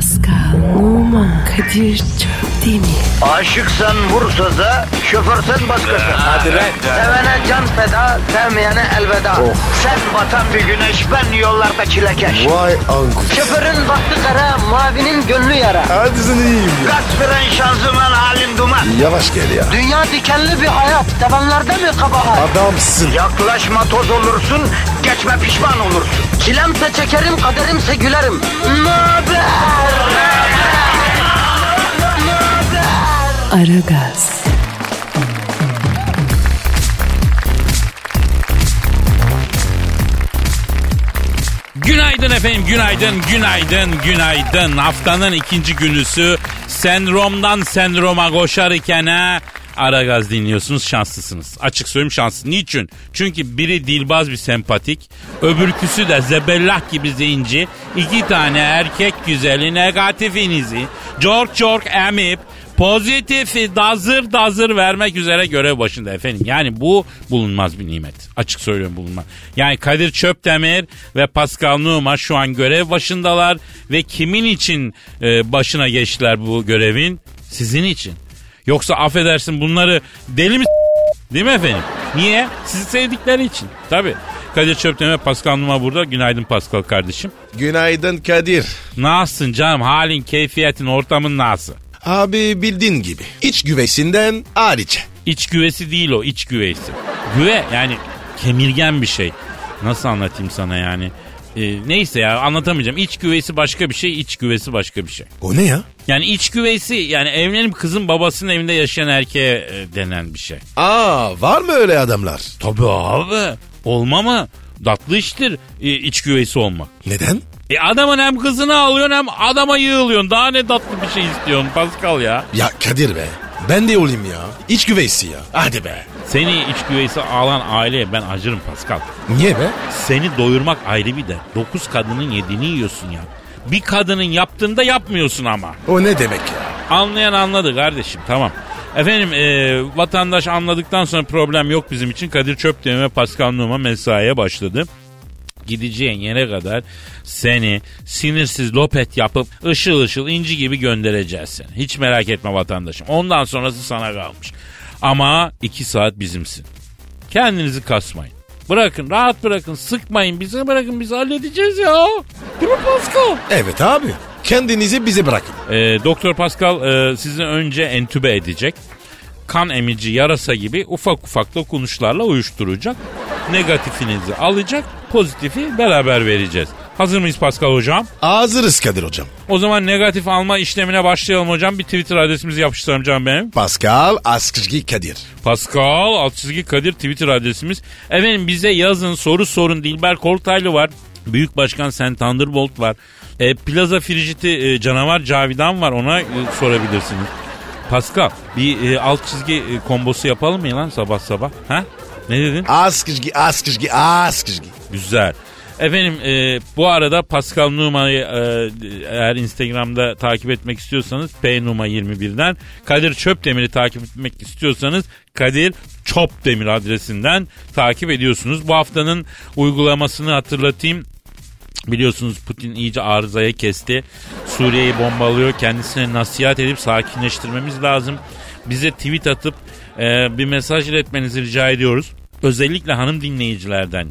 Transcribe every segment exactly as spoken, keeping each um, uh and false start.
Pascal, Oman, Kadir çok değil mi? Aşıksan vursa da, şoförsen başkasın. Hadi lan. Sevene can feda, sevmeyene elveda. Oh. Sen batan bir güneş, ben yollarda çilekeş. Vay anku. Şoförün baktı kara, mavinin gönlü yara. Hadi sen iyiyim ya. Kasperen şanzıman halin duman. Yavaş gel ya. Dünya dikenli bir hayat, sevenlerde mi kabahar? Adamsın. Yaklaşma toz olursun, geçme pişman olursun. Çilemse çekerim, kaderimse gülerim. Möber! Aragaz. Günaydın efendim, günaydın, günaydın, günaydın. Haftanın ikinci günüsü sendromdan sendroma koşarken ha, Aragaz dinliyorsunuz, şanslısınız. Açık söyleyeyim, şanslı. Niçin? Çünkü biri dilbaz bir sempatik, öbürküsü de zebellah gibi zenci. İki tane erkek güzeli negatifinizi çok çok emip pozitifi dazır dazır vermek üzere görev başında efendim. Yani bu bulunmaz bir nimet. Açık söylüyorum, bulunmaz. Yani Kadir Çöpdemir ve Pascal Numa şu an görev başındalar ve kimin için e, başına geçtiler bu görevin? Sizin için. Yoksa affedersin, bunları deli mi değil mi efendim? Niye? Sizi sevdikleri için. Tabii. Kadir Çöpdemir, Pascal Numa burada. Günaydın Pascal kardeşim. Günaydın Kadir. Nasılsın canım? Halin, keyfiyetin, ortamın nasıl? Abi bildiğin gibi. İç güvesinden hariç. İç güvesi değil o, iç güveysi. Güve yani kemirgen bir şey. Nasıl anlatayım sana yani? Ee, neyse ya, anlatamayacağım. İç güveysi başka bir şey, iç güvesi başka bir şey. O ne ya? Yani iç güveysi yani evlenip kızın babasının evinde yaşayan erkeğe e, denen bir şey. Aa, var mı öyle adamlar? Tabii abi. Olma mı? Tatlı iştir e, iç güveysi olmak. Neden? E adamın hem kızını alıyorsun hem adama yığılıyorsun. Daha ne tatlı bir şey istiyorsun Pascal ya. Ya Kadir be. Ben de olayım ya. İç güveysi ya. Hadi be. Seni iç güveysi alan aileye ben acırım Pascal. Niye be? Seni doyurmak ayrı bir de. Dokuz kadının yediğini yiyorsun ya. Bir kadının yaptığında yapmıyorsun ama. O ne demek ya? Anlayan anladı kardeşim, tamam. Efendim e, vatandaş anladıktan sonra problem yok bizim için. Kadir Çöpdemir ve Pascal Numa mesaiye başladı. Gideceğin yere kadar seni sinirsiz lopet yapıp ışıl ışıl inci gibi göndereceğiz seni. Hiç merak etme vatandaşım. Ondan sonrası sana kalmış. Ama iki saat bizimsin. Kendinizi kasmayın. Bırakın, rahat bırakın, sıkmayın bizi, bırakın bizi halledeceğiz ya. Değil mi Pascal? Evet abi. Kendinizi bize bırakın. Ee, Doktor Pascal e, sizi önce entübe edecek. Kan emici yarasa gibi ufak ufak dokunuşlarla uyuşturacak. Negatifinizi alacak, pozitifi beraber vereceğiz. Hazır mıyız Pascal hocam? Hazırız Kadir hocam. O zaman negatif alma işlemine başlayalım hocam. Bir Twitter adresimizi yapıştıralım canım benim. Pascal Askışgi Kadir. Pascal alt çizgi Kadir Twitter adresimiz. Efendim bize yazın, soru sorun. Dilber Kortaylı var. Büyük Başkan Sen Thunderbolt var. E, Plaza Frigiti e, Canavar Cavidan var, ona e, sorabilirsiniz. Pascal bir e, alt çizgi e, kombosu yapalım mı lan sabah sabah? Ha? Ne dedin? Askışgi Askışgi Askışgi. Güzel. Efendim e, bu arada Pascal Numa'yı e, eğer Instagram'da takip etmek istiyorsanız P Numa yirmi birden, Kadir Çöpdemir'i takip etmek istiyorsanız Kadir Çopdemir adresinden takip ediyorsunuz. Bu haftanın uygulamasını hatırlatayım. Biliyorsunuz Putin iyice arızaya kesti. Suriye'yi bombalıyor. Kendisine nasihat edip sakinleştirmemiz lazım. Bize tweet atıp e, bir mesaj iletmenizi rica ediyoruz. Özellikle hanım dinleyicilerden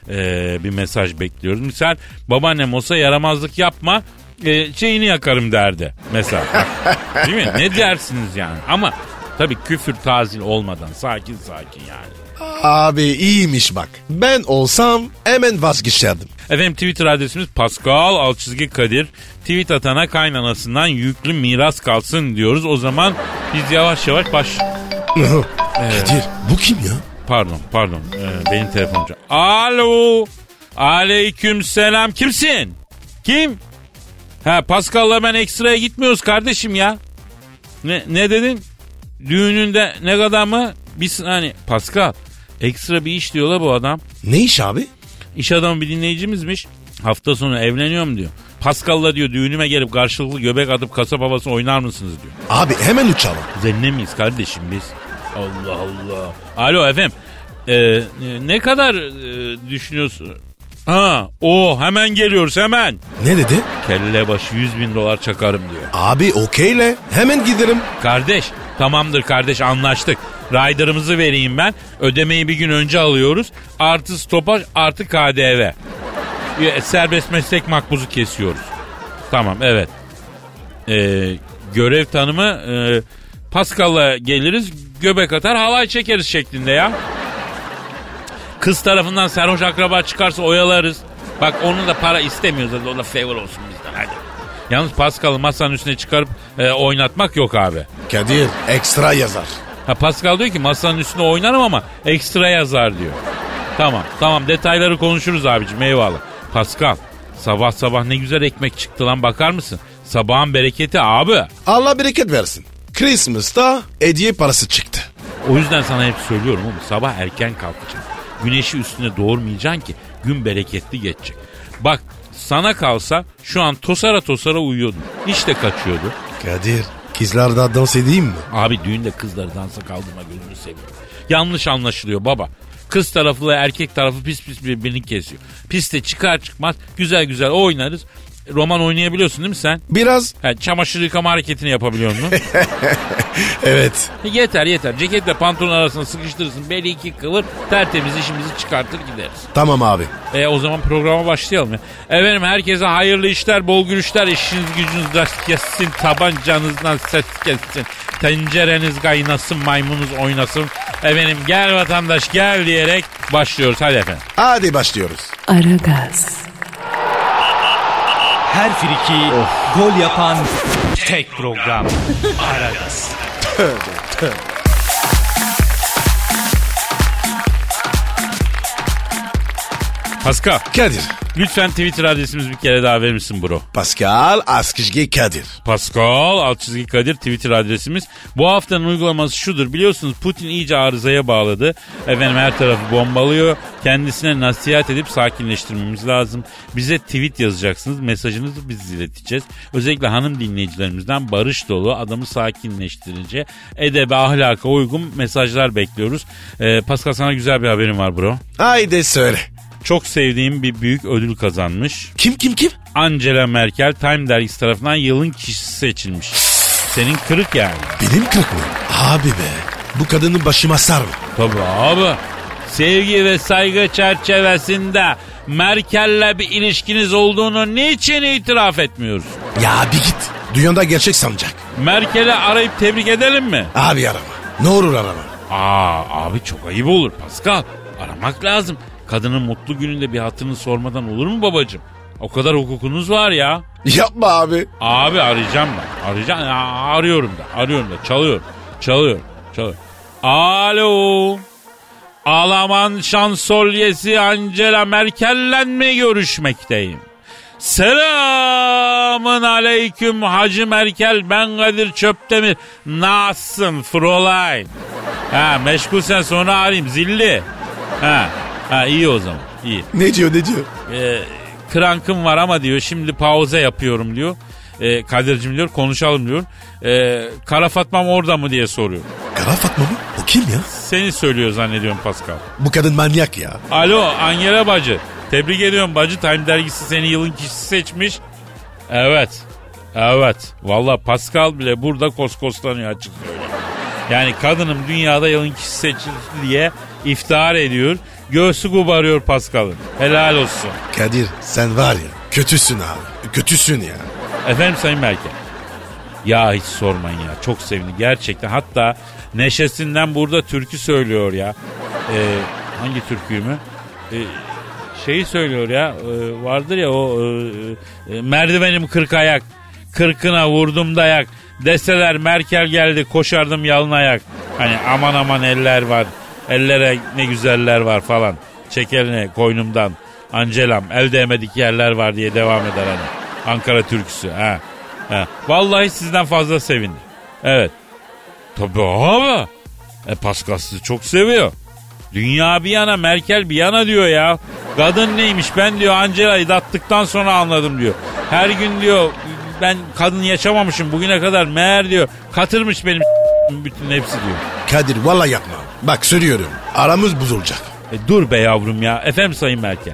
e, bir mesaj bekliyoruz. Misal babaannem olsa yaramazlık yapma, e, şeyini yakarım derdi mesela. Değil mi? Ne dersiniz yani? Ama tabii küfür tazil olmadan sakin sakin yani. Abi iyiymiş bak. Ben olsam hemen vazgeçerdim. Efendim Twitter adresimiz Pascal Alçızgi Kadir. Tweet atana kaynanasından yüklü miras kalsın diyoruz. O zaman biz yavaş yavaş baş... Evet. Kadir bu kim ya? Pardon pardon ee, benim telefonum. Alo. Aleyküm selam. Kimsin? Kim? Ha Pascal'la ben ekstraya gitmiyoruz kardeşim ya. Ne, ne dedin? Düğününde ne kadar mı? Bir saniye. Pascal ekstra bir iş diyorlar bu adam. Ne iş abi? İş adamı bir dinleyicimizmiş. Hafta sonu evleniyorum diyor. Pascal'la diyor düğünüme gelip karşılıklı göbek atıp kasap havası oynar mısınız diyor. Abi hemen uçalım. Zenne miyiz kardeşim biz? Allah Allah. Alo efendim. Ee, ne kadar e, düşünüyorsun? Ha, o hemen geliyoruz hemen. Ne dedi? Kelle başı yüz bin dolar çakarım diyor. Abi okeyle hemen giderim. Kardeş, tamamdır kardeş, anlaştık. Rider'ımızı vereyim ben. Ödemeyi bir gün önce alıyoruz. Artı stopaj artı K D V. E, serbest meslek makbuzu kesiyoruz. Tamam, evet. Ee, görev tanımı e, Pascal'la geliriz, göbek atar, halay çekeriz şeklinde ya. Kız tarafından sarhoş akraba çıkarsa oyalarız. Bak onun da para istemiyoruz. O da favor olsun bizden, hadi. Yalnız Pascal'ı masanın üstüne çıkarıp e, oynatmak yok abi. Kadir ekstra yazar. Ha, Pascal diyor ki masanın üstüne oynarım ama ekstra yazar diyor. Tamam tamam, detayları konuşuruz abicim, eyvallah. Pascal, sabah sabah ne güzel ekmek çıktı lan, bakar mısın? Sabahın bereketi abi. Allah bereket versin. Christmas'ta hediye parası çıktı. O yüzden sana hep söylüyorum oğlum, sabah erken kalkacaksın. Güneşi üstüne doğurmayacaksın ki gün bereketli geçecek. Bak sana kalsa şu an tosara tosara uyuyordun. İşte kaçıyordu. Kadir kızlarda dans edeyim mi? Abi düğünde kızları dansa kaldırma, gözünü seviyorum. Yanlış anlaşılıyor baba. Kız tarafıyla erkek tarafı pis pis birbirini kesiyor. Piste çıkar çıkmaz güzel güzel oynarız. Roman oynayabiliyorsun değil mi sen? Biraz. He, çamaşır yıkama hareketini yapabiliyor musun? Evet. Yeter yeter. Ceketle pantolon arasına sıkıştırırsın. Beli iki kıvır. Tertemiz işimizi çıkartır gideriz. Tamam abi. E o zaman programa başlayalım ya. Efendim herkese hayırlı işler, bol gülüşler. İşiniz gücünüz rast kessin. Tabancanızdan ses kessin. Tencereniz kaynasın, maymunuz oynasın. Efendim gel vatandaş gel diyerek başlıyoruz. Hadi efendim. Hadi başlıyoruz. Aragaz. Her friki of. Gol yapan tek program. Aragaz. Tövbe tövbe. Pascal. Kadir. Lütfen Twitter adresimiz bir kere daha verir misin bro? Pascal Askışge Kadir. Pascal alt çizgi Kadir Twitter adresimiz. Bu haftanın uygulaması şudur. Biliyorsunuz Putin iyice arızaya bağladı. Efendim her tarafı bombalıyor. Kendisine nasihat edip sakinleştirmemiz lazım. Bize tweet yazacaksınız. Mesajınızı biz ileteceğiz. Özellikle hanım dinleyicilerimizden barış dolu, adamı sakinleştirici, edebe, ahlaka uygun mesajlar bekliyoruz. Ee, Pascal sana güzel bir haberim var bro. Haydi söyle. Çok sevdiğim bir büyük ödül kazanmış. Kim kim kim? Angela Merkel Time dergisi tarafından yılın kişisi seçilmiş. Senin kırık yani. Benim kırık mı? Abi be. Bu kadının başıma sarma. Tabii abi. Sevgi ve saygı çerçevesinde Merkel'le bir ilişkiniz olduğunu niçin itiraf etmiyoruz? Ya bir git. Dünyada gerçek sanacak. Merkel'i arayıp tebrik edelim mi? Abi arama. Ne olur arama. Aa abi çok ayıp olur Pascal. Aramak lazım. Kadının mutlu gününde bir hatırını sormadan olur mu babacığım? O kadar hukukunuz var ya. Yapma abi. Abi arayacağım ben. Arayacağım. Ya, arıyorum da. Arıyorum da. Çalıyor. Çalıyor. Çalıyor. Alo. Alman şansölyesi Angela Merkel'le mi görüşmekteyim? Selamın aleyküm Hacı Merkel. Ben Kadir Çöptemir. Nasılsın Fräulein? Ha meşgulsen sonra arayayım zilli. Ha. Ha iyi o zaman iyi. Ne diyor ne diyor? Ee, krankım var ama diyor şimdi pauze yapıyorum diyor. Ee, Kadir'cim diyor konuşalım diyor. Ee, Kara Fatma'm orada mı diye soruyor. Kara Fatma mı? O kim ya? Seni söylüyor zannediyorum Pascal. Bu kadın manyak ya. Alo Angela bacı. Tebrik ediyorum bacı. Time dergisi seni yılın kişisi seçmiş. Evet. Evet. Valla Pascal bile burada koskoslanıyor açık söyleyeyim. Yani kadınım dünyada yılın kişisi seçildi diye iftihar ediyor. Göğsü kubarıyor Pascal'ın. Helal olsun. Kadir sen var ya kötüsün abi. Kötüsün ya. Efendim Sayın Merkel. Ya hiç sormayın ya. Çok sevindi gerçekten. Hatta neşesinden burada türkü söylüyor ya. Ee, hangi türküyü mü? Ee, şeyi söylüyor ya. E, vardır ya o e, e, merdivenim kırk ayak. Kırkına vurdum dayak. Deseler Merkel geldi koşardım yalın ayak. Hani aman aman eller var. Ellere ne güzeller var falan. Çek eline koynumdan. Angelam el değmedik yerler var diye devam eder hani. Ankara türküsü. Ha. Ha. Vallahi sizden fazla sevindim. Evet. Tabii abi. E Pascal sizi çok seviyor. Dünya bir yana Merkel bir yana diyor ya. Kadın neymiş ben diyor Angela'yı dattıktan sonra anladım diyor. Her gün diyor ben kadın yaşamamışım bugüne kadar meğer diyor katırmış benim bütün hepsi diyor. Kadir vallahi yapma. Bak söylüyorum aramız bozulacak. E dur be yavrum ya. Efendim Sayın Merkel.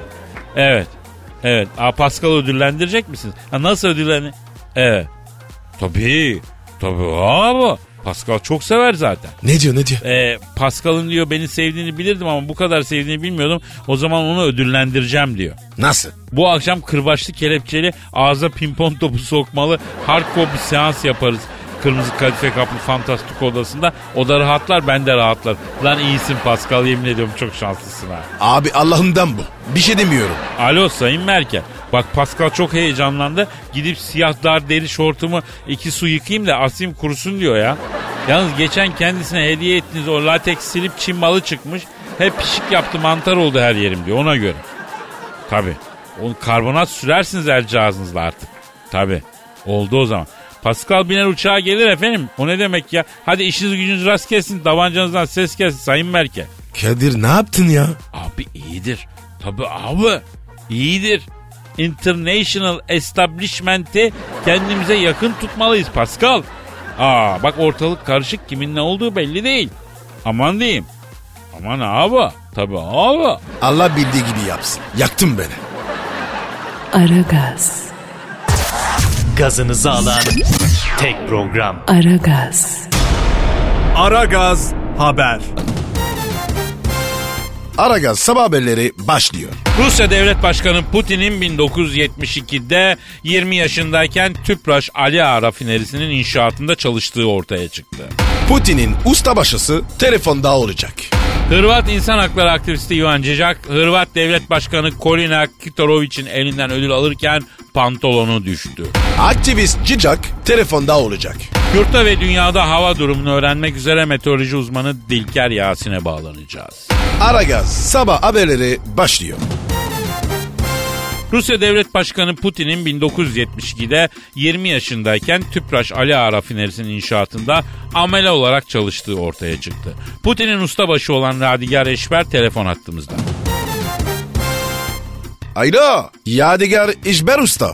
Evet. Evet. Aa, Pascal'ı ödüllendirecek misiniz? Ha, nasıl ödüllendir? Evet. Tabii. Tabii abi. Pascal çok sever zaten. Ne diyor ne diyor? Ee, Pascal'ın diyor beni sevdiğini bilirdim ama bu kadar sevdiğini bilmiyordum. O zaman onu ödüllendireceğim diyor. Nasıl? Bu akşam kırbaçlı kelepçeli ağza pimpon topu sokmalı hardcore bir seans yaparız. Kırmızı kadife kaplı fantastik odasında. O da rahatlar, ben de rahatlar. Lan iyisin Pascal, yemin ediyorum çok şanslısın ha. Abi Allah'ından bu. Bir şey demiyorum. Alo Sayın Merkel. Bak Pascal çok heyecanlandı. Gidip siyah dar deri şortumu iki su yıkayayım da asayım kurusun diyor ya. Yalnız geçen kendisine hediye ettiğiniz o lateks silip Çin balı çıkmış. Hep pişik yaptı, mantar oldu her yerim diyor, ona göre. Tabii. Onu karbonat sürersiniz el cihazınızla artık. Tabii. Oldu o zaman. Pascal biner uçağa gelir efendim. O ne demek ya? Hadi işiniz gücünüz rast gelsin. Davancanızdan ses gelsin Sayın Merkel. Kadir ne yaptın ya? Abi iyidir. Tabii abi. İyidir. International establishment'i kendimize yakın tutmalıyız Pascal. Aa bak ortalık karışık, kimin ne olduğu belli değil. Aman diyeyim. Aman abi. Tabii abi. Allah bildiği gibi yapsın. Yaktın beni. Aragaz. Gazınızı alan tek program. Aragaz. Aragaz Haber. Aragaz sabah haberleri başlıyor. Rusya Devlet Başkanı Putin'in bin dokuz yüz yetmiş ikide yirmi yaşındayken Tüpraş Ali Ağa rafinerisinin inşaatında çalıştığı ortaya çıktı. Putin'in ustabaşısı telefonda olacak. Hırvat insan hakları aktivisti Ivan Cicak, Hırvat Devlet Başkanı Kolina Kitarovic'in elinden ödül alırken pantolonu düştü. Aktivist Cicak telefonda olacak. Yurtta ve dünyada hava durumunu öğrenmek üzere meteoroloji uzmanı Dilker Yasin'e bağlanacağız. Aragaz sabah haberleri başlıyor. Rusya Devlet Başkanı Putin'in bin dokuz yüz yetmiş ikide yirmi yaşındayken Tüpraş Ali Ağa rafinerisinin inşaatında amele olarak çalıştığı ortaya çıktı. Putin'in ustabaşı olan Yadigar Eşber telefon hattımızda. Alo, Yadigar İşber Usta.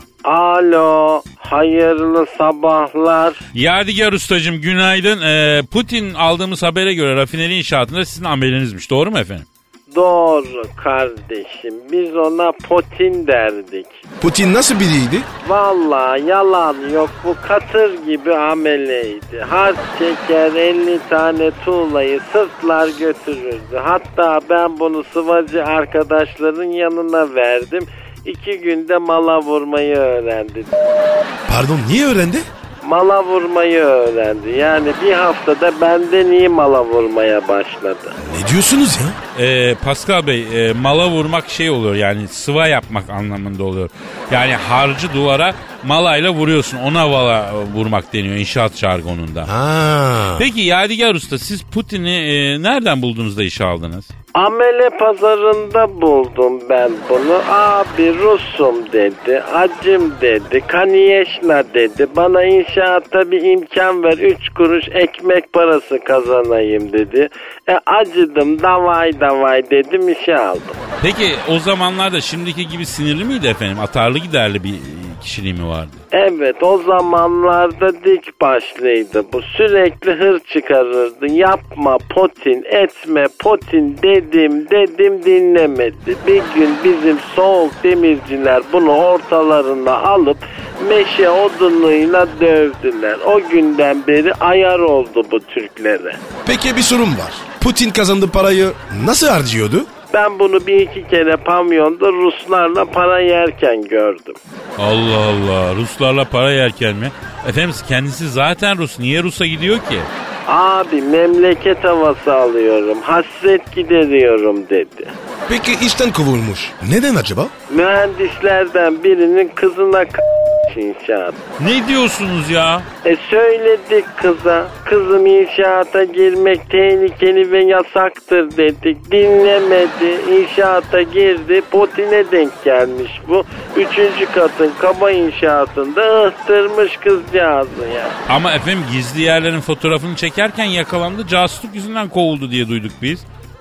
Alo, hayırlı sabahlar. Yadigar Ustacığım günaydın. Ee, Putin aldığımız habere göre rafineri inşaatında sizin amelinizmiş, doğru mu efendim? Doğru kardeşim, biz ona Putin derdik. Putin nasıl biriydi? Vallahi yalan yok, bu katır gibi ameleydi. Harç çeker, elli tane tuğlayı sırtlar götürürdü. Hatta ben bunu sıvacı arkadaşların yanına verdim. İki günde mala vurmayı öğrendi. Pardon, niye öğrendi? Mala vurmayı öğrendi. Yani bir haftada benden iyi mala vurmaya başladı. Ne diyorsunuz ya? Ee, Pascal Bey, e, mala vurmak şey oluyor, yani sıva yapmak anlamında oluyor. Yani harcı duvara malayla vuruyorsun, ona vala vurmak deniyor inşaat jargonunda. Ha. Peki Yadigar Usta, siz Putin'i e, nereden buldunuz da işe aldınız? Amele pazarında buldum ben bunu. Abi Rusum dedi, acım dedi, kaniyeşna dedi. Bana inşaatta bir imkan ver, üç kuruş ekmek parası kazanayım dedi. E acıdım, davay davay dedim, işe aldım. Peki o zamanlarda şimdiki gibi sinirli miydi efendim? Atarlı giderli bir kişiliği mi vardı? Evet, o zamanlarda dik başlıydı bu. Sürekli hır çıkarırdı. Yapma Putin, etme Putin dedim dedim dinlemedi. Bir gün bizim soğuk demirciler bunu ortalarına alıp meşe odunuyla dövdüler. O günden beri ayar oldu bu Türklere. Peki bir sorun var. Putin kazandığı parayı nasıl harcıyordu? Ben bunu bir iki kere pavyonda Ruslarla para yerken gördüm. Allah Allah, Ruslarla para yerken mi? Efendim kendisi zaten Rus, niye Rus'a gidiyor ki? Abi memleket havası alıyorum, hasret gideriyorum dedi. Peki işten kovulmuş. Neden acaba? Mühendislerden birinin kızına k*** inşaat. Ne diyorsunuz ya? E söyledik kıza. Kızım inşaata girmek tehlikeli ve yasaktır dedik. Dinlemedi. İnşaata girdi. Putin'e denk gelmiş bu. Üçüncü katın kaba inşaatında ıhtırmış kızcağızı ya. Ama efendim gizli yerlerin fotoğrafını çekerken yakalandı. Casusluk yüzünden kovuldu diye duyduk biz.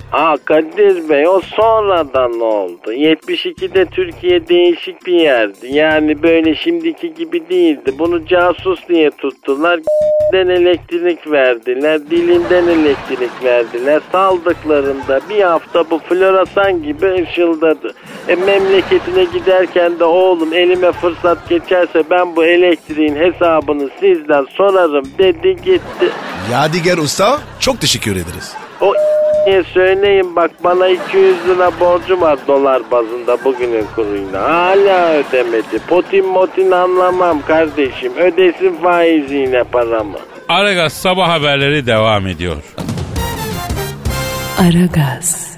Aa Kadir Bey, o sonradan oldu. yetmiş ikide Türkiye değişik bir yerdi. Yani böyle şimdiki gibi değildi. Bunu casus diye tuttular. Den elektrik verdiler. Dilinden elektrik verdiler. Saldıklarında bir hafta bu floresan gibi ışıldadı. E memleketine giderken de oğlum elime fırsat geçerse ben bu elektriğin hesabını sizden sorarım dedi gitti. Yadigar Usta çok teşekkür ederiz. O söyleyin bak, bana iki yüz lira borcum var dolar bazında bugünün kuruyla. Hala ödemedi. Potin motin anlamam kardeşim. Ödesin faiziyle paramı. Aragaz sabah haberleri devam ediyor. Aragaz.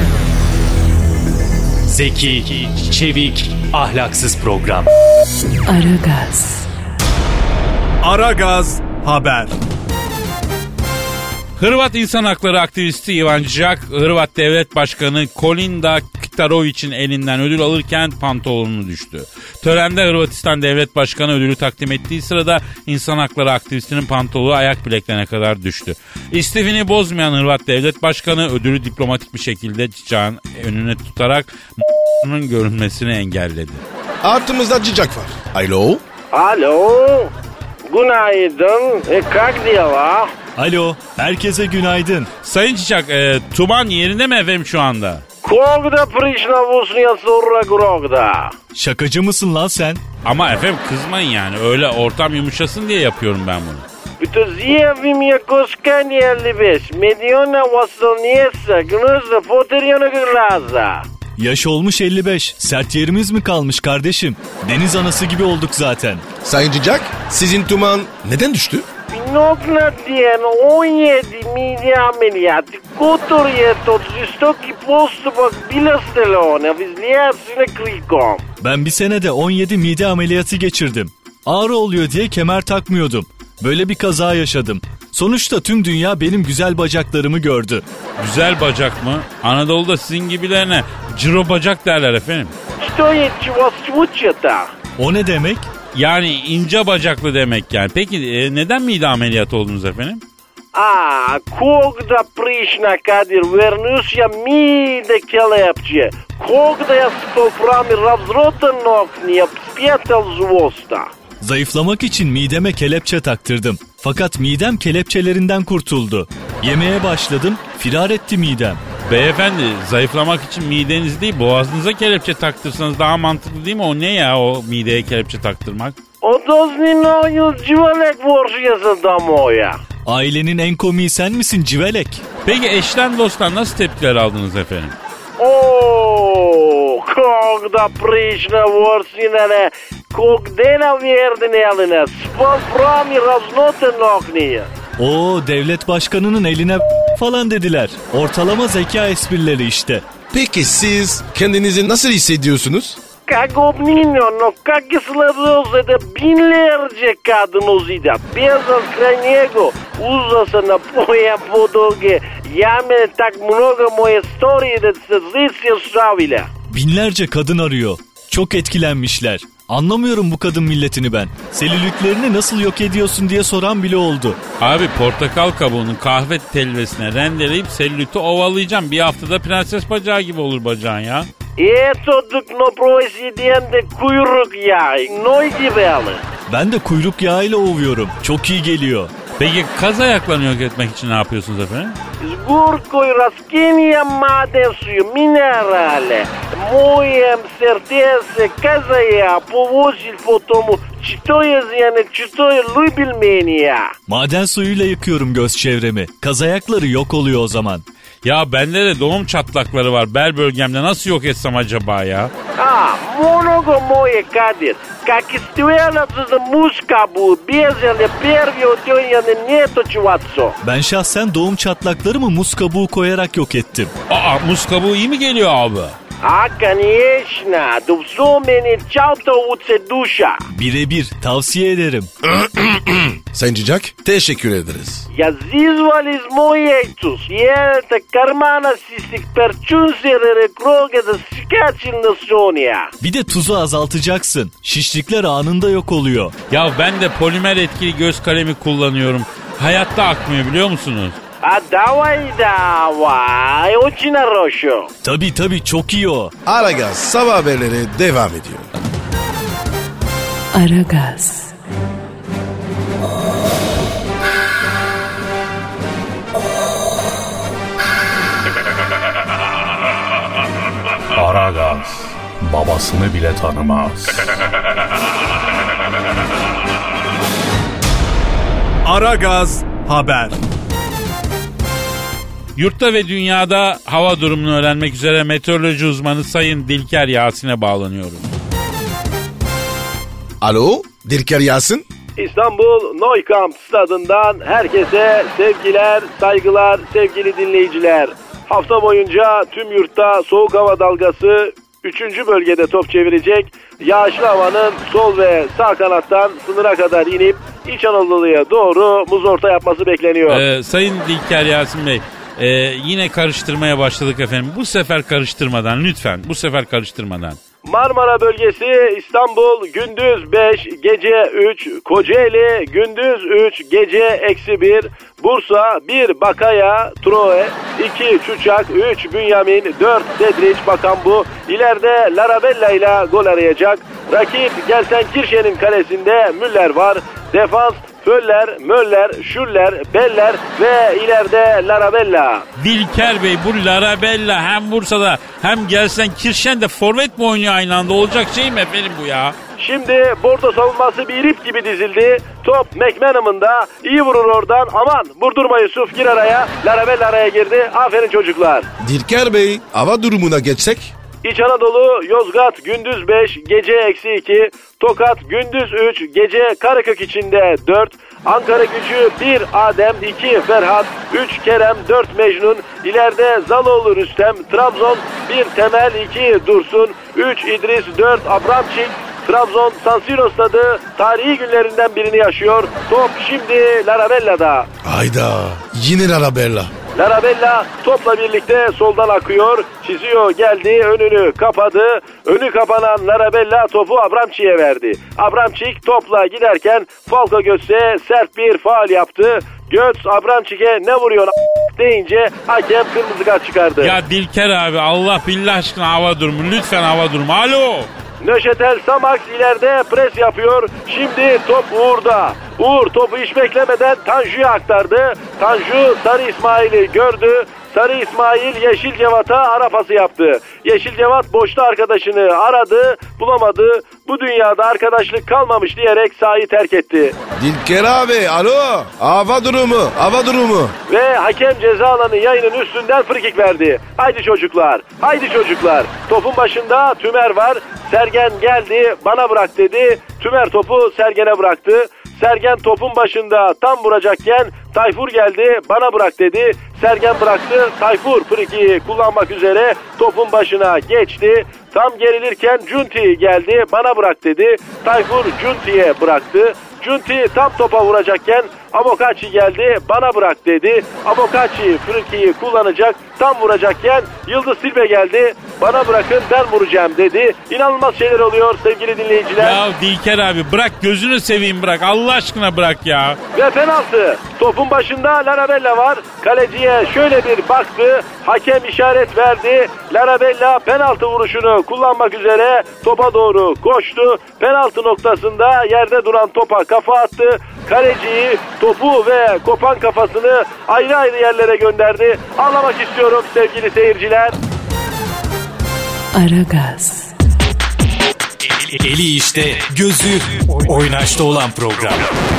Zeki, çevik, ahlaksız program. Aragaz. Aragaz haber. Hırvat insan hakları aktivisti Ivan Đak, Hırvat Devlet Başkanı Kolinda Kitarovic'in elinden ödül alırken pantolonunu düştü. Törende Hırvatistan Devlet Başkanı ödülü takdim ettiği sırada insan hakları aktivistinin pantolonu ayak bileklerine kadar düştü. İstifini bozmayan Hırvat Devlet Başkanı ödülü diplomatik bir şekilde Đak'ın önüne tutarak m***'nın görünmesini engelledi. Artımızda cicak var. Alo. Alo. Günaydın. E, kalk diye var. Alo, herkese günaydın. Sayın Çiçak, e, Tuban yerinde mi efendim şu anda? Kogda prişna vusnija surra grogda. Şakacı mısın lan sen? Ama efendim kızmayın yani, öyle ortam yumuşasın diye yapıyorum ben bunu. Bütün ziyevim ya koskani elli beş. Medyona vasılniyesa günüzde foteryonu gırlaza. Yaş olmuş elli beş. Sert yerimiz mi kalmış kardeşim? Deniz anası gibi olduk zaten. Sayın Cicak, sizin tuman neden düştü? Pinokna diyen on yedi mide ameliyatı kotor tot žestoki postupak bilastelone vizlijasine krikom. Ben bir senede on yedi mide ameliyatı geçirdim. Ağrı oluyor diye kemer takmıyordum. Böyle bir kaza yaşadım. Sonuçta tüm dünya benim güzel bacaklarımı gördü. Güzel bacak mı? Anadolu'da sizin gibilerine ciro bacak derler efendim. Što je vas vučeta? O ne demek? Yani ince bacaklı demek yani. Peki e, neden mide ameliyatı oldunuz efendim? A, kogda prišna Kadir vernusja mide kelepçe. Kogda ja spolprami razrotan noknija spjetel zvosta. Zayıflamak için mideme kelepçe taktırdım. Fakat midem kelepçelerinden kurtuldu. Yemeye başladım, firar etti midem. Beyefendi, zayıflamak için mideniz değil boğazınıza kelepçe taktırsanız daha mantıklı değil mi? O ne ya, o mideye kelepçe taktırmak? Odoznino yılcıvalek vorşiyası da moja. Ailenin en komiği sen misin civelek? Peki eşten dosttan nasıl tepkiler aldınız efendim? O, kogda prišna vorsinane, kogdena verdineline, spolprami raznoten noknija. Oo, devlet başkanının eline falan dediler. Ortalama zeka esprileri işte. Peki siz kendinizi nasıl hissediyorsunuz? Kako mnino, no kakve sladoze da binlerce kadın uzida. Bezan kraj njego, uzao sam na pojam podoge. Jame tak mnogo moje storije da se zlisje šavila. Binlerce kadın arıyor. Çok etkilenmişler. Anlamıyorum bu kadın milletini ben. Selülitlerini nasıl yok ediyorsun diye soran bile oldu. Abi portakal kabuğunu kahve telvesine rendeleyip selüliti ovalayacağım. Bir haftada prenses bacağı gibi olur bacağın ya. Eto dok no proizvedem de kuyruk yağı, noy gibi alır. Ben de kuyruk yağıyla ovuyorum. Çok iyi geliyor. Peki kaz ayaklarını yok etmek için ne yapıyorsunuz efendim? Zgurkoj raskinija maden suju minerale. Mojem srce kazaya povučil po tomu što je zjane, što je ljubil meni ya. Maden suyuyla yıkıyorum göz çevremi. Kaz ayakları yok oluyor o zaman. Ya bende de doğum çatlakları var bel bölgemde, nasıl yok etsem acaba ya? A, mnogo moje Kadir. Kak istujelaca za muška bu, bježali prvi od jojane njetočuvaco. Ben şahsen doğum çatlaklarımı muz kabuğu koyarak yok ettim. Aa, muz kabuğu iyi mi geliyor abi? A, kanješna, da vso meni čautovuce duša. Birebir tavsiye ederim. Sayın Cicak, teşekkür ederiz. Ja zizvali iz mojejcus, jelite karmana sisik perčunserere kroge da skačil na sonja. Bir de tuzu azaltacaksın. Şişlikler anında yok oluyor. Ya ben de polimer etkili göz kalemi kullanıyorum. Hayatta akmıyor biliyor musunuz? A davay davay. Очень хорошо. Tabii tabii çok iyi o. Aragaz sabah haberleri devam ediyor. Aragaz. Aragaz babasını bile tanımaz. Aragaz haber. Yurtta ve dünyada hava durumunu öğrenmek üzere meteoroloji uzmanı Sayın Dilker Yasin'e bağlanıyorum. Alo Dilker Yasin. İstanbul Neukamp stadından herkese sevgiler, saygılar sevgili dinleyiciler. Hafta boyunca tüm yurtta soğuk hava dalgası üçüncü bölgede top çevirecek. Yağışlı havanın sol ve sağ kanattan sınıra kadar inip İç Anadolu'ya doğru muz orta yapması bekleniyor. Ee, Sayın Dilker Yasin Bey, e, yine karıştırmaya başladık efendim. Bu sefer karıştırmadan lütfen, bu sefer karıştırmadan. Marmara bölgesi İstanbul gündüz beş, gece üç, Kocaeli gündüz üç, gece eksi bir, Bursa bir, Bakaya, Troe, iki, Çuçak, üç, Bünyamin, dört, Dedriç, Bakambu, ileride Larabella ile gol arayacak. Rakip Gelsenkirchen'in kalesinde Müller var. Defans Föller, Möller, Şüller, Beller ve ileride Larabella. Dilker Bey, bu Larabella hem Bursa'da hem Gelsenkirchen'de forvet mi oynuyor aynı anda? Olacak şey mi efendim bu ya? Şimdi Bordo savunması bir ip gibi dizildi. Top McManam'ın da iyi vurur oradan. Aman vurdurma Yusuf, gir araya. Larabella araya girdi. Aferin çocuklar. Dilker Bey hava durumuna geçsek. İç Anadolu Yozgat gündüz beş, gece eksi iki, Tokat gündüz üç, gece Karakök içinde dört, Ankara Gücü bir, Adem iki, Ferhat üç, Kerem dört, Mecnun, ileride Zaloğlu Rüstem, Trabzon bir, Temel iki, Dursun üç, İdris dört, Abramçik. Trabzon San Siro stadı tarihi günlerinden birini yaşıyor. Top şimdi Larabella'da. Hayda yine Larabella. Larabella topla birlikte soldan akıyor. Çiziyor, geldi, önünü kapadı. Önü kapanan Larabella topu Abramçik'e verdi. Abramçik topla giderken Falco Götz'e sert bir faul yaptı. Götz Abramçik'e ne vuruyor deyince hakem kırmızı kart çıkardı. Ya Dilker abi, Allah billah aşkına hava durumu, lütfen hava durumu. Alo. Nöşetel Samax ileride pres yapıyor. Şimdi top Uğur'da. Uğur topu hiç beklemeden Tanju'ya aktardı. Tanju Sarı İsmail'i gördü. Sarı İsmail Yeşil Cevat'a ara pası yaptı. Yeşil Cevat boşta arkadaşını aradı, bulamadı. Bu dünyada arkadaşlık kalmamış diyerek sahayı terk etti. Dilker abi alo hava durumu hava durumu. Ve hakem ceza alanı yayının üstünden frikik verdi. Haydi çocuklar, haydi çocuklar. Topun başında Tümer var. Sergen geldi, bana bırak dedi. Tümer topu Sergen'e bıraktı. Sergen topun başında tam vuracakken Tayfur geldi, bana bırak dedi. Sergen bıraktı, Tayfur frikiyi kullanmak üzere topun başına geçti. Tam gerilirken Cunti geldi, bana bırak dedi. Tayfur Cunti'ye bıraktı. Cunti tam topa vuracakken Amokachi geldi, bana bırak dedi. Amokachi frikiyi kullanacak, tam vuracakken Yıldız Silve geldi, bana bırakın ben vuracağım dedi. İnanılmaz şeyler oluyor sevgili dinleyiciler. Ya Dilker abi bırak, gözünü seveyim bırak, Allah aşkına bırak ya. Ve penaltı. Topun başında Larabella var. Kaleciye şöyle bir baktı. Hakem işaret verdi. Larabella penaltı vuruşunu kullanmak üzere topa doğru koştu. Penaltı noktasında yerde duran topa kafa attı. Kaleciyi, topu ve kopan kafasını ayrı ayrı yerlere gönderdi. Anlamak istiyorum sevgili seyirciler. Aragaz. Eli işte, gözü oynaşta olan program.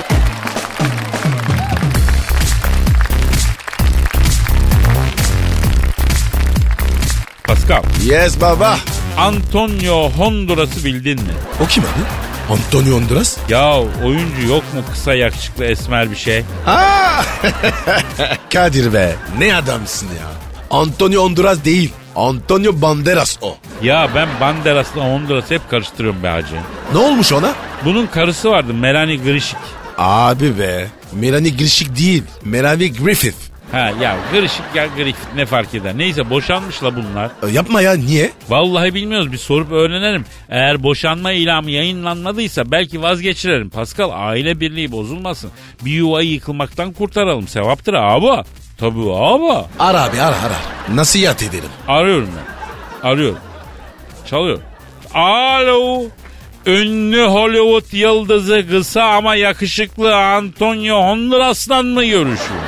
Pascal, Yes baba. Antonio Honduras'ı bildin mi? O kim abi? Antonio Honduras? Ya oyuncu yok mu, kısa yakışıklı esmer bir şey? Aa! Kadir be ne adamsın ya. Antonio Honduras değil. Antonio Banderas o. Ya ben Banderas'la Honduras'ı hep karıştırıyorum be hacı. Ne olmuş ona? Bunun karısı vardı, Melanie Grishik. Abi be. Melanie Grishik değil. Melanie Griffith. Ha ya Grishik ya Griffith ne fark eder? Neyse boşanmışla bunlar. E, yapma ya niye? Vallahi bilmiyoruz, bir sorup öğrenelim. Eğer boşanma ilamı yayınlanmadıysa belki vazgeçirelim. Pascal, aile birliği bozulmasın. Bir yuvayı yıkılmaktan kurtaralım. Sevaptır abi. Tabii abi. Ara abi ara ara. Nasihat edelim. Arıyorum ben. Arıyorum. Çalıyor. Alo. Ünlü Hollywood yıldızı kısa ama yakışıklı Antonio Honduras'tan mı görüşüyor?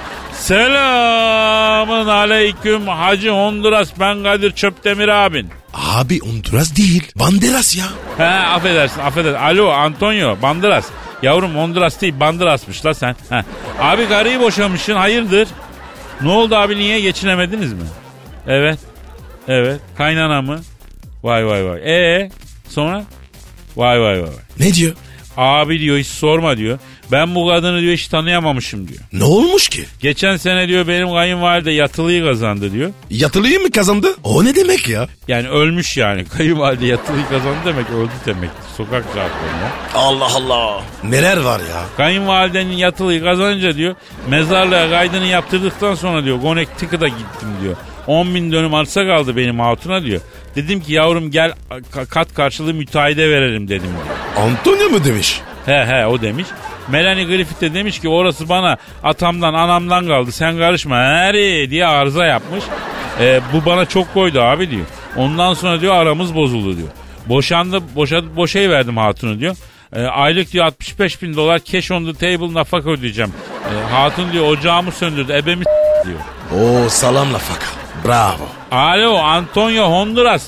Selamın aleyküm Hacı Honduras, ben Kadir Çöptemir abin. Abi Honduras değil. Banderas ya. He affedersin affedersin. Alo Antonio Banderas. Yavrum Honduras değil Banderas'mış la sen. He. Abi karıyı boşamışsın, hayırdır? Ne oldu abi, niye geçinemediniz mi? Evet. Evet. Kaynana mı? Vay vay vay. Ee sonra? Vay vay vay. Ne diyor? Abi diyor hiç sorma diyor. Ben bu kadını diyor hiç tanıyamamışım diyor. Ne olmuş ki? Geçen sene diyor benim kayınvalide yatılıyı kazandı diyor. Yatılıyı mı kazandı? O ne demek ya? Yani ölmüş yani. Kayınvalide yatılıyı kazandı demek öldü demektir. Sokak jargonu ya. Allah Allah. Neler var ya? Kayınvalidenin yatılıyı kazanınca diyor mezarlığa kaydını yaptırdıktan sonra diyor Connecticut'a gittim diyor. on bin dönüm arsa kaldı benim hatuna diyor. Dedim ki yavrum gel kat karşılığı müteahhide verelim dedim diyor. Antonio mu demiş? He he o demiş. Melanie Griffith de demiş ki orası bana atamdan anamdan kaldı sen karışma heri diye arıza yapmış. E, bu bana çok koydu abi diyor. Ondan sonra diyor aramız bozuldu diyor. Boşandı boşadı boşayı verdim hatunu diyor. E, aylık diyor altmış beş bin dolar cash on the table nafaka ödeyeceğim. E, hatun diyor ocağımı söndürdü ebemi diyor. Oo salam nafaka. Bravo. Alo Antonio Honduras.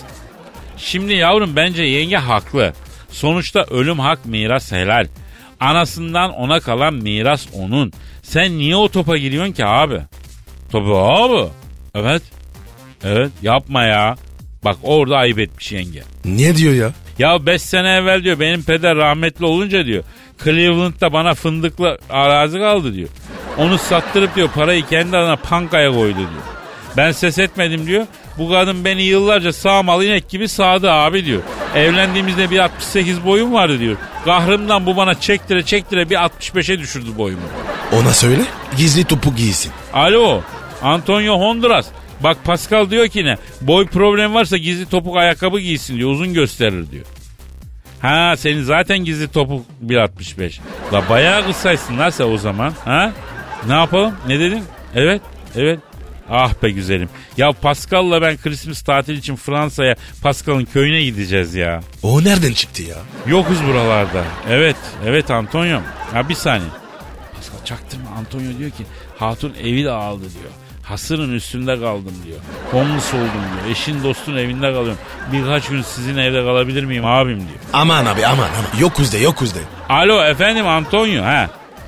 Şimdi yavrum bence yenge haklı. Sonuçta ölüm hak, miras helal. Anasından ona kalan miras onun. Sen niye o topa giriyorsun ki abi? Tabii abi. Evet. Evet yapma ya. Bak orada ayıp etmiş yenge. Ne diyor ya? Ya beş sene evvel diyor benim peder rahmetli olunca diyor Cleveland'da bana fındıklı arazi kaldı diyor. Onu sattırıp diyor parayı kendi adına pankaya koydu diyor. Ben ses etmedim diyor. Bu kadın beni yıllarca sağmalı inek gibi sağdı abi diyor. Evlendiğimizde bir altmış sekiz boyum vardı diyor. Kahrımdan bu bana çektire çektire bir altmış beşe düşürdü boyumu. Ona söyle gizli topu giysin. Alo Antonio Honduras. Bak Pascal diyor ki ne? Boy problemi varsa gizli topuk ayakkabı giysin diyor. Uzun gösterir diyor. Ha senin zaten gizli topuk bir altmış beş. La bayağı kısaysın lan sen o zaman. Ha? Ne yapalım? Ne dedin? Evet. Evet. Ah be güzelim. Ya Pascal'la ben Christmas tatil için Fransa'ya Pascal'ın köyüne gideceğiz ya. O nereden çıktı ya? Yokuz buralarda. Evet. Evet Antonio. Ha bir saniye. Pascal çaktırma. Antonio diyor ki hatun evi de aldı diyor. Hasırın üstünde kaldım diyor. Homeless oldum diyor. Eşin dostun evinde kalıyorum. Birkaç gün sizin evde kalabilir miyim abim diyor. Aman abi aman aman. Yokuz de yokuz de. Alo efendim Antonio. Ha.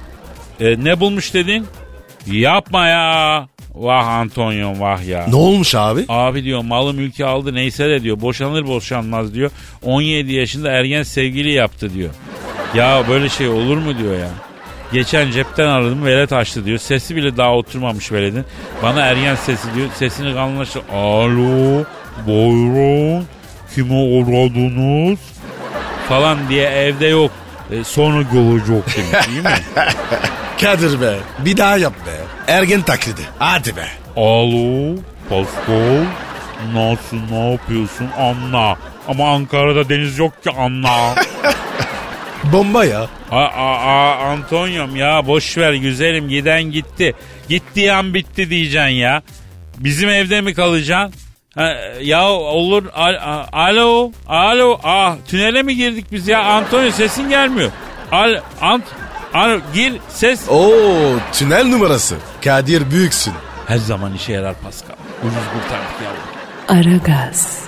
E, ne bulmuş dedin? Yapma ya. Vah Antonio vah ya. Ne olmuş abi? Abi diyor malı mülkü aldı neyse de diyor boşanır boşanmaz diyor. on yedi yaşında ergen sevgili yaptı diyor. Ya böyle şey olur mu diyor ya. Geçen cepten aradım velet açtı diyor. Sesi bile daha oturmamış veledin. Bana ergen sesi diyor. Sesini kalınlaştı. Alo buyurun kimi aradınız falan diye evde yok. E, sonra gelecek demiş değil mi? Kadir be bir daha yap be. Ergen taklidi. Hadi be. Alo Pascal nasıl ne yapıyorsun anla. Ama Ankara'da deniz yok ki anla. Bomba ya. A, a, a, Antonyom ya boş ver güzelim giden gitti. Gittiği an bitti diyeceksin ya. Bizim evde mi kalacaksın? Ha, ya olur. A, a, alo. Alo. Ah tünele mi girdik biz ya? Antonio sesin gelmiyor. Al, Ant. Alo gir ses. Oo tünel numarası. Kadir büyüksün. Her zaman işe yarar Pascal. Ucuz kurtardık yavrum. Aragaz.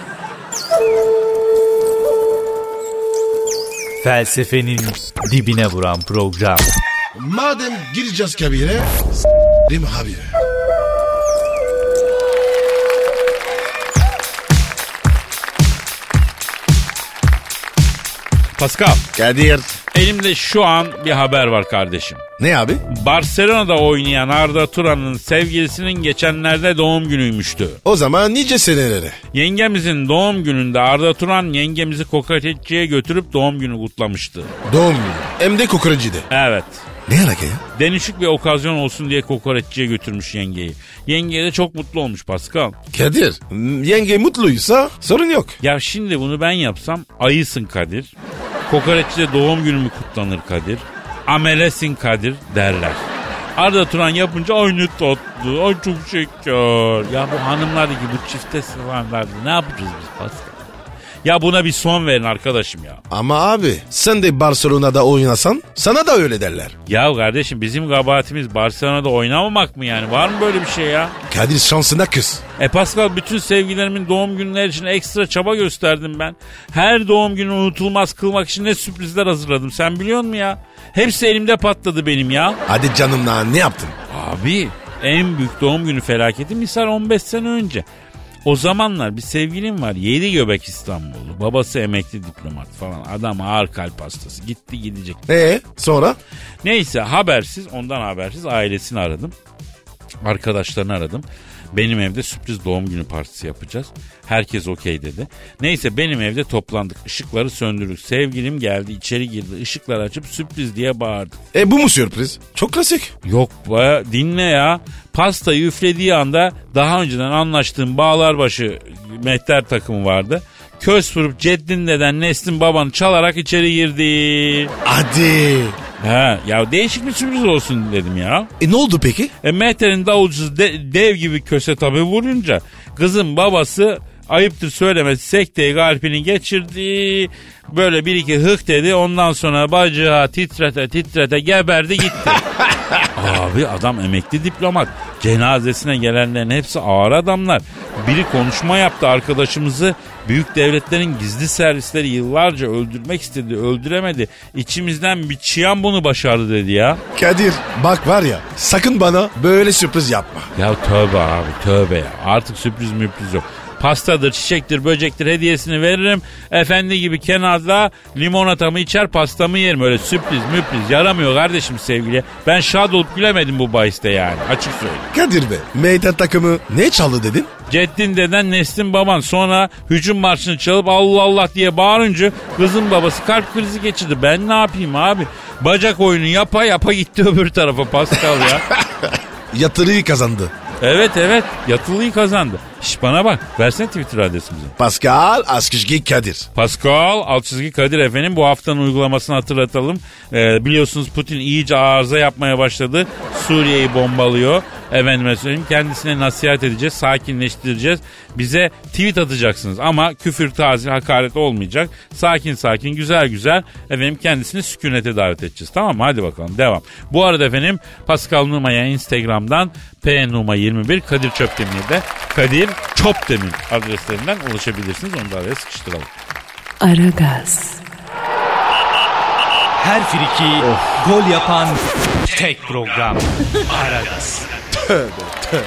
Felsefenin dibine vuran program. Madem gireceğiz kabire, s***rim abi. Pascal. Kadir. Elimde şu an bir haber var kardeşim. Ne abi? Barcelona'da oynayan Arda Turan'ın sevgilisinin geçenlerde doğum günüymüştü. O zaman nice senelere. Yengemizin doğum gününde Arda Turan yengemizi kokoreççiye götürüp doğum günü kutlamıştı. Doğum günü. Hem de kokoreççide. Evet. Ne alaka ya? Denişik bir okazyon olsun diye kokoreççiye götürmüş yengeyi. Yenge de çok mutlu olmuş Pascal. Kadir, yenge mutluysa sorun yok. Ya şimdi bunu ben yapsam ayısın Kadir. Kokoreççide doğum günü mü kutlanır Kadir? Amelesin Kadir derler. Arda Turan yapınca aynı tatlı. Ay çok şeker. Ya bu hanımlardaki bu çifte sıvanlarda ne yapacağız biz Pascal? Ya buna bir son verin arkadaşım ya. Ama abi sen de Barcelona'da oynasan sana da öyle derler. Ya kardeşim bizim kabahatimiz Barcelona'da oynamamak mı yani? Var mı böyle bir şey ya? Kadir şansına kız. E Pascal bütün sevgililerimin doğum günleri için ekstra çaba gösterdim ben. Her doğum günü unutulmaz kılmak için ne sürprizler hazırladım sen biliyor musun ya? Hepsi elimde patladı benim ya. Hadi canım daha ne yaptın? Abi en büyük doğum günü felaketi misal on beş sene önce. O zamanlar bir sevgilim var. Yedi göbek İstanbullu. Babası emekli diplomat falan. Adam ağır kalp hastası. Gitti gidecek. Ee sonra? Neyse habersiz ondan habersiz ailesini aradım. Arkadaşlarını aradım. Benim evde sürpriz doğum günü partisi yapacağız. Herkes okey dedi. Neyse benim evde toplandık. Işıkları söndürdük. Sevgilim geldi içeri girdi. Işıkları açıp sürpriz diye bağırdı. E bu mu sürpriz? Çok klasik. Yok be dinle ya. Pastayı üflediği anda daha önceden anlaştığım Bağlarbaşı mehter takımı vardı. Köz vurup Ceddin deden Neslin babanı çalarak içeri girdi. Hadi. Ha, ya değişik bir sürpriz olsun dedim ya. E ne oldu peki? E Mehter'in davulcusu de, dev gibi köse tabi vurunca kızın babası ayıptır söylemesi sekteyi kalbini geçirdi. Böyle bir iki hık dedi ondan sonra bacağı titrete titrete geberdi gitti. Abi adam emekli diplomat. Cenazesine gelenlerin hepsi ağır adamlar. Biri konuşma yaptı arkadaşımızı. Büyük devletlerin gizli servisleri yıllarca öldürmek istedi, öldüremedi. İçimizden bir çıyan bunu başardı dedi ya. Kadir bak var ya sakın bana böyle sürpriz yapma. Ya tövbe abi tövbe ya. Artık sürpriz mürpriz yok. Pastadır, çiçektir, böcektir hediyesini veririm. Efendi gibi kenarda limonatamı içer pastamı yerim. Öyle sürpriz müpriz yaramıyor kardeşim sevgili. Ben şad olup gülemedim bu bahiste yani açık söyleyeyim. Kadir be meydan takımı ne çaldı dedin? Ceddin deden Neslin baban sonra hücum marşını çalıp Allah Allah diye bağırınca kızın babası kalp krizi geçirdi. Ben ne yapayım abi? Bacak oyunu yapa yapa gitti öbür tarafa Pascal ya. Yatırıyı kazandı. Evet evet yatılıyı kazandı. Şş bana bak versene Twitter adresimizi. Pascal Askışgi Kadir. Pascal alt çizgi Kadir efendim bu haftanın uygulamasını hatırlatalım. Ee, biliyorsunuz Putin iyice arıza yapmaya başladı. Suriye'yi bombalıyor. Efendime söyleyeyim kendisine nasihat edeceğiz, sakinleştireceğiz. Bize tweet atacaksınız ama küfür, tazir, hakaret olmayacak. Sakin sakin güzel güzel efendim kendisini sükunete davet edeceğiz. Tamam mı? Hadi bakalım devam. Bu arada efendim Pascal Numa'ya Instagram'dan P Numa yirmi bir Kadir Çöpdemir'de Kadir Çöpdemir adreslerinden ulaşabilirsiniz. Onu da araya sıkıştıralım. Aragaz. Her friki gol yapan tek program. Aragaz. Tövbe tövbe.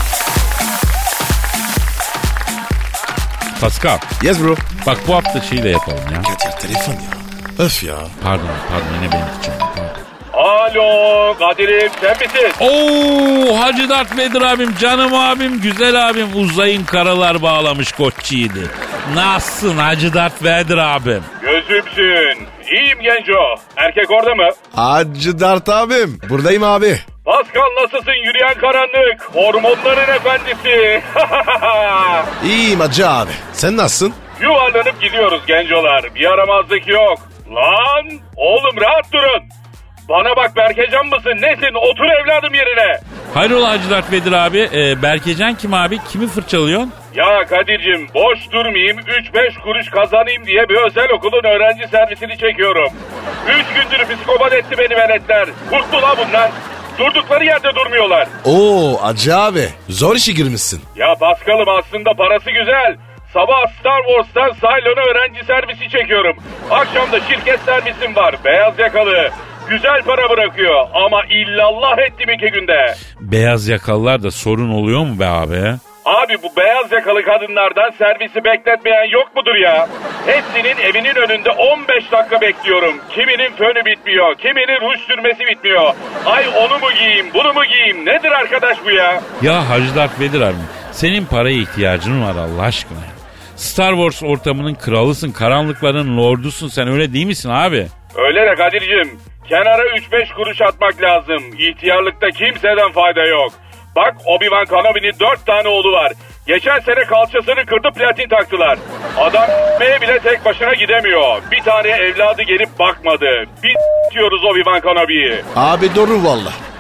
Pascal. Yes bro. Bak bu hafta şeyi de yapalım ya. Kadir telefon ya. Öf ya. Pardon pardon yine benim için. Alo Kadir'im sen misin? Oo Hacı Dert Vedir abim, canım abim, güzel abim, uzayın karalar bağlamış koççiydi. Nasılsın Hacı Dert Vedir abim? Gözümsün. İyiyim genco. Erkek orada mı? Hacı Dert abim. Buradayım abi. Pascal nasılsın yürüyen karanlık? Hormonların efendisi. İyiyim Hacı abi. Sen nasılsın? Yuvarlanıp gidiyoruz gencolar. Bir yaramazlık yok. Lan oğlum rahat durun. Bana bak Berkecan mısın nesin? Otur evladım yerine. Hayrola Hacı Dert Vedir abi? Ee, Berkecan kim abi? Kimi fırçalıyorsun? Ya Kadir'cim boş durmayayım üç beş kuruş kazanayım diye bir özel okulun öğrenci servisini çekiyorum. üç gündür psikopat etti beni veletler. Kurttu la bunlar. Durdukları yerde durmuyorlar. Oo Hacı abi. Zor işe girmişsin. Ya Paskal'ım aslında parası güzel. Sabah Star Wars'tan Cylon'a öğrenci servisi çekiyorum. Akşam da şirket servisim var. Beyaz yakalı. Güzel para bırakıyor ama illallah ettim iki günde. Beyaz yakalılar da sorun oluyor mu be abi? Abi bu beyaz yakalı kadınlardan servisi bekletmeyen yok mudur ya? Hepsinin evinin önünde on beş dakika bekliyorum. Kiminin fönü bitmiyor, kiminin ruj sürmesi bitmiyor. Ay onu mu giyeyim, bunu mu giyeyim? Nedir arkadaş bu ya? Ya Hacı Dert Vedir abi, senin paraya ihtiyacın var Allah aşkına. Star Wars ortamının kralısın, karanlıkların lordusun, sen öyle değil misin abi? Öyle de Kadir'cim, kenara üç beş kuruş atmak lazım. İhtiyarlıkta kimseden fayda yok. Bak Obi-Wan Kenobi'nin dört tane oğlu var. Geçen sene kalçasını kırdı platin taktılar. Adam s**meye bile tek başına gidemiyor. Bir tane evladı gelip bakmadı. Biz diyoruz Obi-Wan Kenobi'yi. Abi doğru valla.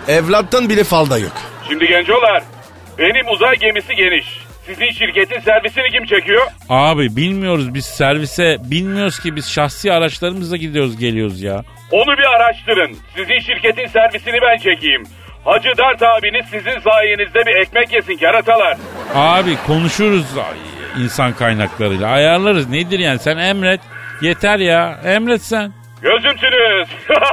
Evlattan bile falda yok. Şimdi gencolar, benim uzay gemisi geniş. Sizin şirketin servisini kim çekiyor? Abi bilmiyoruz biz servise, bilmiyoruz ki biz şahsi araçlarımızla gidiyoruz geliyoruz ya. Onu bir araştırın. Sizin şirketin servisini ben çekeyim. Hacı Dert abiniz sizin sayenizde bir ekmek yesin keratalar. Abi konuşuruz insan kaynaklarıyla, ayarlarız, nedir yani, sen emret yeter ya, emret sen. Gözümsünüz.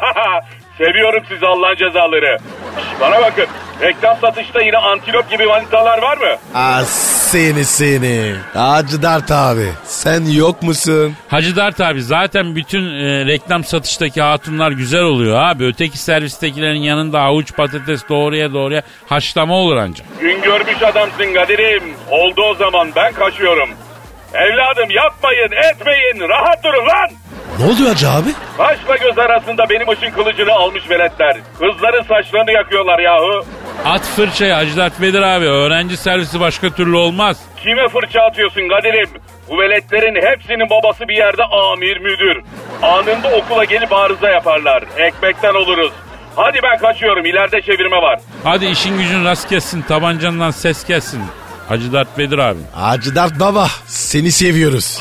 Seviyorum sizi Allah'ın cezaları. Şş, bana bakın, reklam satışta yine antilop gibi manitalar var mı? Aa, seni seni. Hacı Dert abi sen yok musun? Hacı Dert abi zaten bütün e, reklam satıştaki hatunlar güzel oluyor abi. Öteki servistekilerin yanında avuç patates doğruya doğruya haşlama olur ancak. Gün görmüş adamsın Kadir'im. Oldu o zaman, ben kaçıyorum. Evladım yapmayın etmeyin, rahat durun lan. Ne oluyor Hacı abi? Kaşla göz arasında benim ışın kılıcını almış veletler. Kızların saçlarını yakıyorlar yahu. At fırçayı Hacı Dert Vedir abi, öğrenci servisi başka türlü olmaz. Kime fırça atıyorsun Kadir'im? Bu veletlerin hepsinin babası bir yerde amir müdür. Anında okula gelip arıza yaparlar. Ekmekten oluruz. Hadi ben kaçıyorum, ileride çevirme var. Hadi işin gücün rast kessin, tabancandan ses kessin Hacı Dert Vedir abi. Hacı Dert baba seni seviyoruz.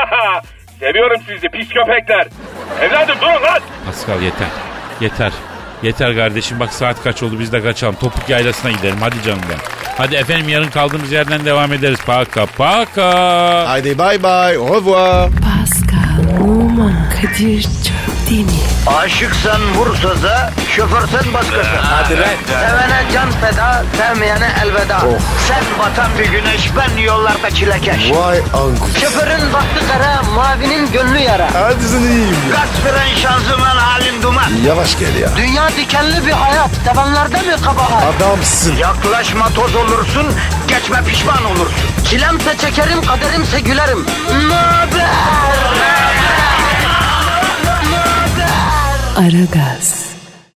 Seviyorum sizi pis köpekler. Evladım durun lan. Pascal yeter. Yeter. Yeter kardeşim, bak saat kaç oldu, biz de kaçalım. Topuk Yaylası'na gidelim hadi canım ben. Hadi efendim, yarın kaldığımız yerden devam ederiz. Paka paka. Haydi bay bay, au revoir. Pascal, Oman, Kadir çok değil mi? Aşıksan vursa da, şoförsen başkasın. Hadi lan. Sevene can feda, sevmeyene elveda. Sen batan bir güneş, ben yollarda çilekeş. Vay anku. Şoförün baktı kara, mavinin gönlü yara. Hadi sen iyiyim ya. Kasperen şanzıman halin duman. Yavaş gel ya. Dünya dikenli bir hayat, sevenlerde mi kabahar? Adamsın. Yaklaşma toz olursun, geçme pişman olursun. Çilemse çekerim, kaderimse gülerim. Möber! Aragaz.